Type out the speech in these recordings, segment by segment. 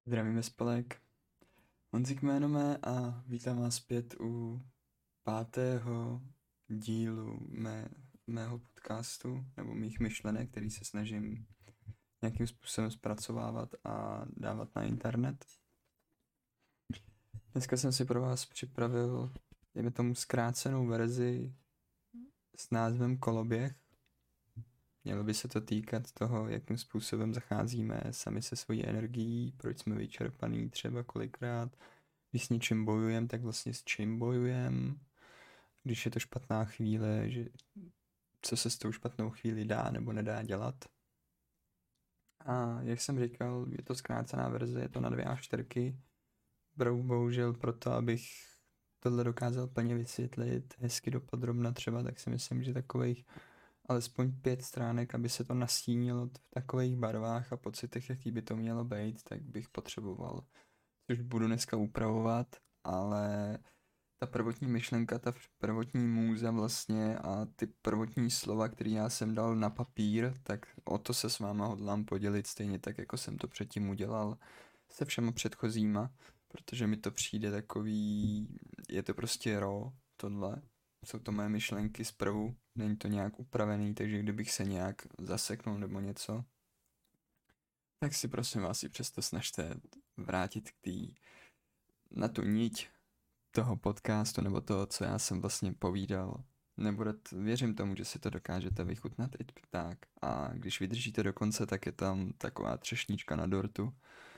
Zdravíme spolek. Honzik jméno mé a vítám vás zpět u pátého dílu mého podcastu nebo mých myšlenek, který se snažím nějakým způsobem zpracovávat a dávat na internet. Dneska jsem si pro vás připravil, dejme tomu, zkrácenou verzi s názvem Koloběh. Mělo by se to týkat toho, jakým způsobem zacházíme sami se svojí energií, proč jsme vyčerpaný třeba kolikrát, když s něčím bojujeme, tak vlastně s čím bojujeme, když je to špatná chvíle, že co se s tou špatnou chvíli dá nebo nedá dělat. A jak jsem říkal, je to zkrácená verze, je to na 2 A4. Bohužel proto, abych tohle dokázal plně vysvětlit hezky dopodrobna třeba, tak si myslím, že takových alespoň 5 stránek, aby se to nastínilo v takových barvách a pocitech, jaký by to mělo být, tak bych potřeboval, což budu dneska upravovat, ale ta prvotní myšlenka, ta prvotní můza vlastně a ty prvotní slova, které já jsem dal na papír, tak o to se s váma hodlám podělit stejně tak, jako jsem to předtím udělal se všema předchozíma, protože mi to přijde takový, je to prostě raw, tohle. Jsou to moje myšlenky zprvu, není to nějak upravený, takže kdybych se nějak zaseknul nebo něco, tak si prosím vás i přesto snažte vrátit na tu niť toho podcastu nebo toho, co já jsem vlastně povídal. Věřím tomu, že si to dokážete vychutnat i tak. A když vydržíte do konce, tak je tam taková třešnička na dortu,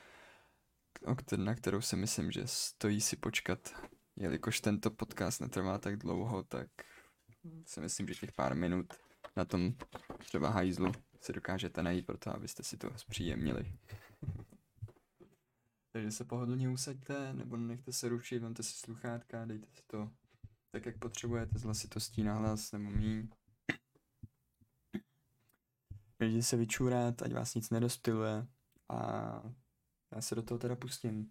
na kterou si myslím, že stojí si počkat. Jelikož tento podcast netrvá tak dlouho, tak si myslím, že těch pár minut na tom třeba hajzlu si dokážete najít pro to, abyste si to zpříjemnili. Takže se pohodlně usaďte, nebo nechte se rušit, vemte si sluchátka, dejte si to tak, jak potřebujete, s hlasitostí na hlas nebo míň. Můžete se vyčůrat, ať vás nic nedostyluje a já se do toho teda pustím.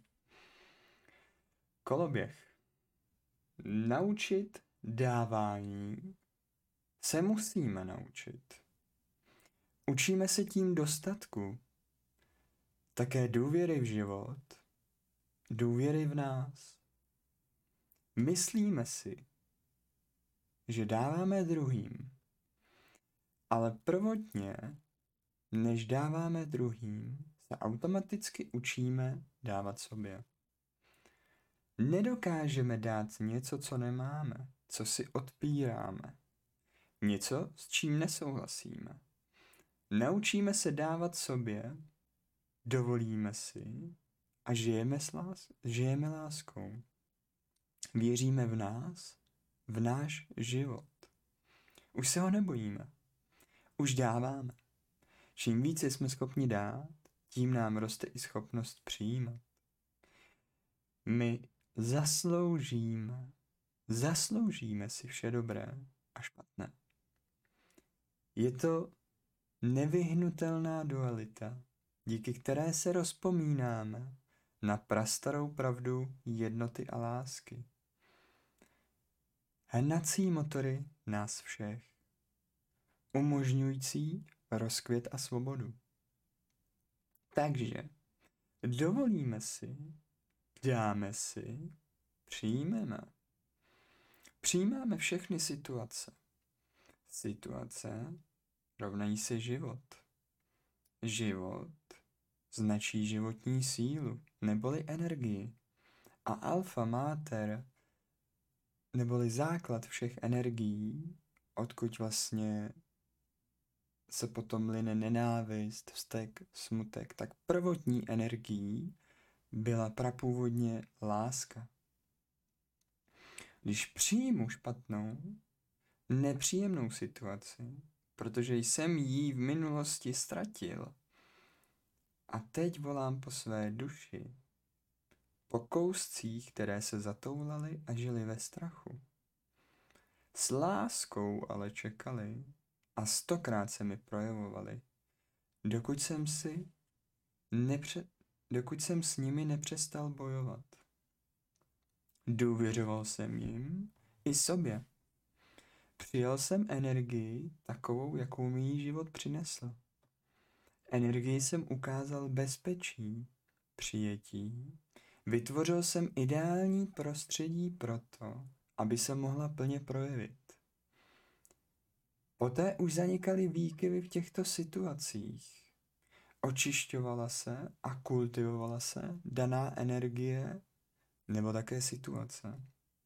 Koloběh. Naučit dávání se musíme naučit. Učíme se tím dostatku, také důvěry v život, důvěry v nás. Myslíme si, že dáváme druhým, ale prvotně, než dáváme druhým, se automaticky učíme dávat sobě. Nedokážeme dát něco, co nemáme, co si odpíráme, něco, s čím nesouhlasíme. Naučíme se dávat sobě, dovolíme si a žijeme láskou. Věříme v nás, v náš život. Už se ho nebojíme. Už dáváme. Čím více jsme schopni dát, tím nám roste i schopnost přijímat. My zasloužíme si vše dobré a špatné. Je to nevyhnutelná dualita, díky které se rozpomínáme na prastarou pravdu jednoty a lásky. Hnací motory nás všech, umožňující rozkvět a svobodu. Takže dovolíme si, dáme si, přijmeme. Přijímáme všechny situace. Situace rovnají se život. Život značí životní sílu, neboli energii. A alfa mater, neboli základ všech energií, odkud vlastně se potom line nenávist, vztek, smutek, tak prvotní energií byla prapůvodně láska. Když přijmu špatnou, nepříjemnou situaci, protože jsem ji v minulosti ztratil a teď volám po své duši, po kouscích, které se zatoulaly a žili ve strachu. S láskou ale čekali a 100krát se mi projevovali, dokud jsem s nimi nepřestal bojovat. Důvěřoval jsem jim i sobě. Přijal jsem energii takovou, jakou mi jí život přinesl. Energii jsem ukázal bezpečí přijetí. Vytvořil jsem ideální prostředí pro to, aby se mohla plně projevit. Poté už zanikaly výkyvy v těchto situacích. Očišťovala se a kultivovala se daná energie nebo také situace.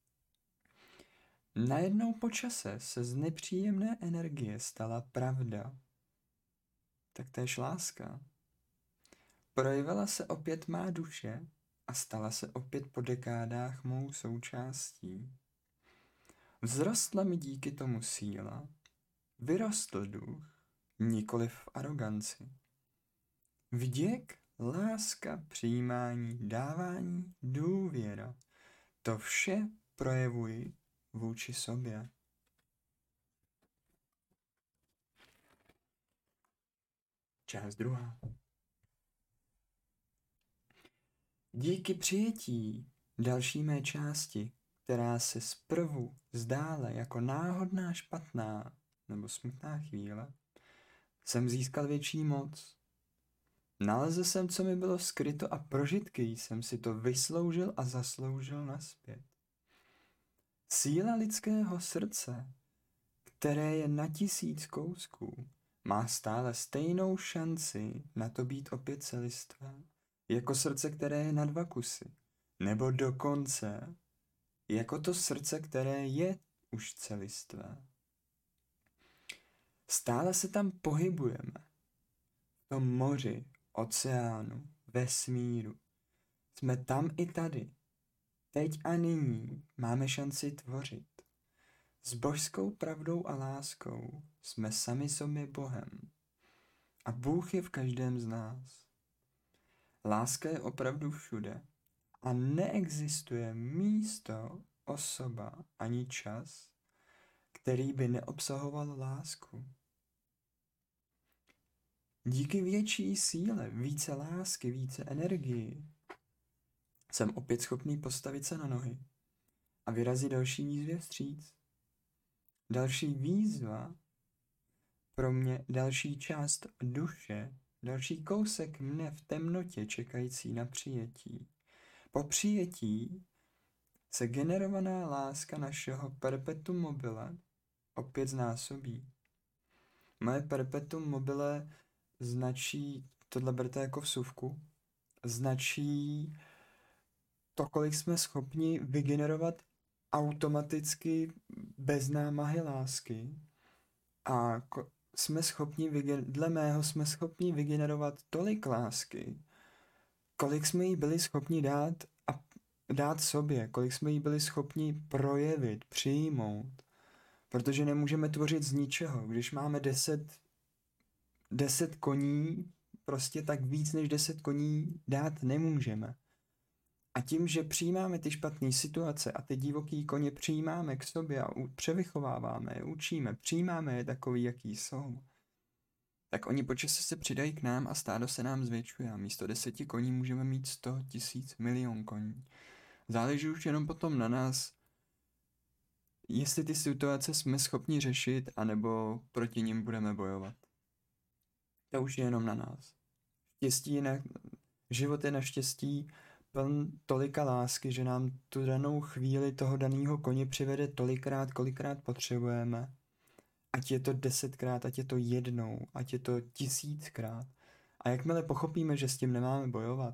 Najednou po čase se z nepříjemné energie stala pravda. Taktéž láska. Projevila se opět má duše a stala se opět po dekádách mou součástí. Vzrostla mi díky tomu síla, vyrostl duch, nikoliv v aroganci. Vděk, láska, přijímání, dávání, důvěra. To vše projevuji vůči sobě. Část druhá. Díky přijetí další mé části, která se zprvu zdála jako náhodná špatná nebo smutná chvíle, jsem získal větší moc. Nalezl jsem, co mi bylo skryto a prožitky jsem si to vysloužil a zasloužil nazpět. Síla lidského srdce, které je na 1000 kousků, má stále stejnou šanci na to být opět celistvé, jako srdce, které je na 2 kusy, nebo dokonce jako to srdce, které je už celistvé. Stále se tam pohybujeme, v tom moři, oceánu, vesmíru. Jsme tam i tady. Teď a nyní máme šanci tvořit. S božskou pravdou a láskou jsme sami sobě Bohem. A Bůh je v každém z nás. Láska je opravdu všude. A neexistuje místo, osoba ani čas, který by neobsahoval lásku. Díky větší síle, více lásky, více energii, jsem opět schopný postavit se na nohy a vyrazit další výzvě vstříc. Další výzva pro mě, další část duše, další kousek mne v temnotě čekající na přijetí. Po přijetí se generovaná láska našeho perpetuum mobile opět znásobí. Moje perpetuum mobile značí, tohle berte jako vsuvku, značí to, kolik jsme schopni vygenerovat automaticky bez námahy lásky a dle mého jsme schopni vygenerovat tolik lásky, kolik jsme jí byli schopni dát sobě, kolik jsme jí byli schopni projevit, přijmout, protože nemůžeme tvořit z ničeho. Když máme 10 koní, prostě tak víc než 10 koní dát nemůžeme. A tím, že přijímáme ty špatné situace a ty divoký koně přijímáme k sobě a převychováváme je, učíme, přijímáme je takový, jaký jsou, tak oni počasí se přidají k nám a stádo se nám zvětšuje. A místo 10 koní můžeme mít 100 000, 1 000 000 koní. Záleží už jenom potom na nás, jestli ty situace jsme schopni řešit, anebo proti nim budeme bojovat. To už je jenom na nás. Život je naštěstí pln tolika lásky, že nám tu danou chvíli toho daného koně přivede tolikrát, kolikrát potřebujeme. Ať je to 10krát, ať je to jednou, ať je to 1000krát. A jakmile pochopíme, že s tím nemáme bojovat,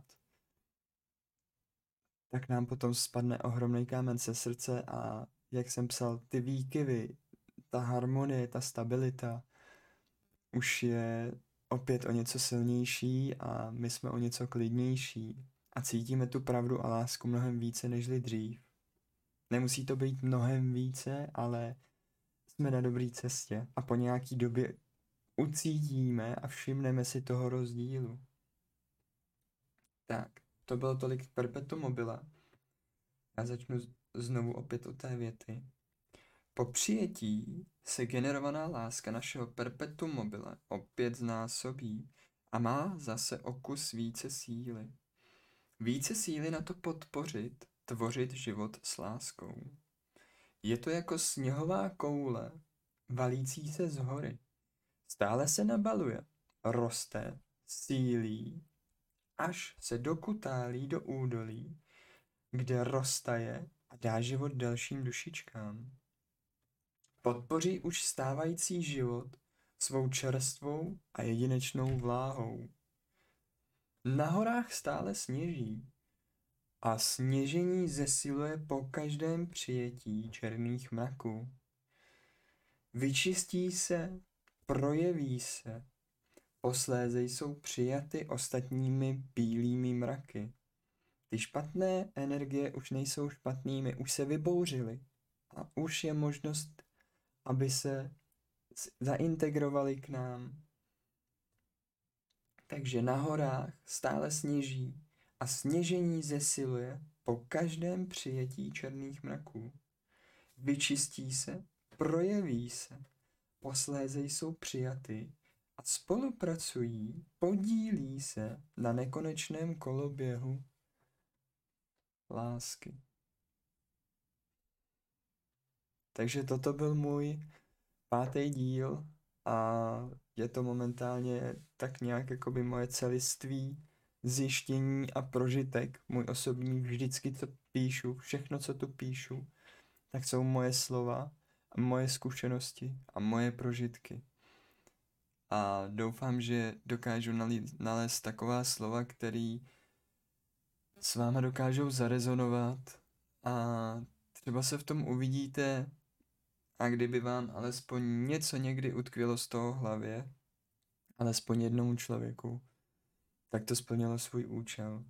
tak nám potom spadne ohromný kámen ze srdce a jak jsem psal, ty výkyvy, ta harmonie, ta stabilita už je opět o něco silnější a my jsme o něco klidnější a cítíme tu pravdu a lásku mnohem více nežli dřív. Nemusí to být mnohem více, ale jsme na dobré cestě a po nějaký době ucítíme a všimneme si toho rozdílu. Tak, to bylo tolik perpetuum mobile. Já začnu znovu opět od té věty. Po přijetí se generovaná láska našeho perpetuum mobile opět znásobí a má zase o kus více síly. Více síly na to podpořit, tvořit život s láskou. Je to jako sněhová koule, valící se z hory. Stále se nabaluje, roste, sílí až se dokutálí do údolí, kde roztaje a dá život dalším dušičkám. Podpoří už stávající život svou čerstvou a jedinečnou vláhou. Na horách stále sněží a sněžení zesiluje po každém přijetí černých mraků. Vyčistí se, projeví se, posléze jsou přijaty ostatními bílými mraky. Ty špatné energie už nejsou špatnými, už se vybouřily a už je možnost, aby se zaintegrovali k nám. Takže na horách stále sněží a sněžení zesiluje po každém přijetí černých mraků. Vyčistí se, projeví se, posléze jsou přijaty a spolupracují, podílí se na nekonečném koloběhu lásky. Takže toto byl můj 5. díl a je to momentálně tak nějak jakoby moje celiství, zjištění a prožitek, můj osobní, vždycky co píšu, všechno co tu píšu, tak jsou moje slova a moje zkušenosti a moje prožitky. A doufám, že dokážu nalézt taková slova, které s váma dokážou zarezonovat a třeba se v tom uvidíte a kdyby vám alespoň něco někdy utkvělo z toho hlavě, alespoň jednomu člověku, tak to splnilo svůj účel.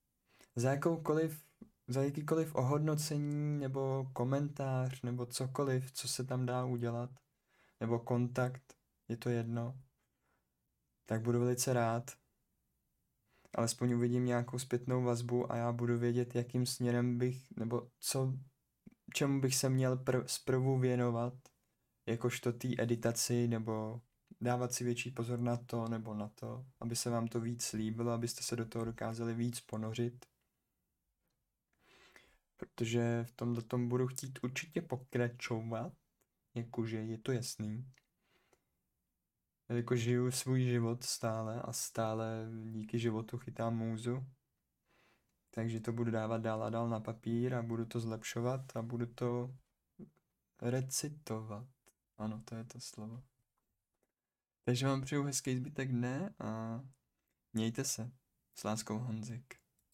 Za jakýkoliv ohodnocení nebo komentář nebo cokoliv, co se tam dá udělat, nebo kontakt, je to jedno, tak budu velice rád. Alespoň uvidím nějakou zpětnou vazbu a já budu vědět, jakým směrem bych, nebo čemu bych se měl zprvu věnovat, jakožto té editaci, nebo dávat si větší pozor na to, nebo na to, aby se vám to víc líbilo, abyste se do toho dokázali víc ponořit. Protože v tomto tom budu chtít určitě pokračovat, jakože je to jasný. Jako žiju svůj život stále a stále díky životu chytám můzu. Takže to budu dávat dál a dál na papír a budu to zlepšovat a budu to recitovat. Ano, to je to slovo. Takže vám přeju hezký zbytek dne a mějte se. S láskou, Honzik.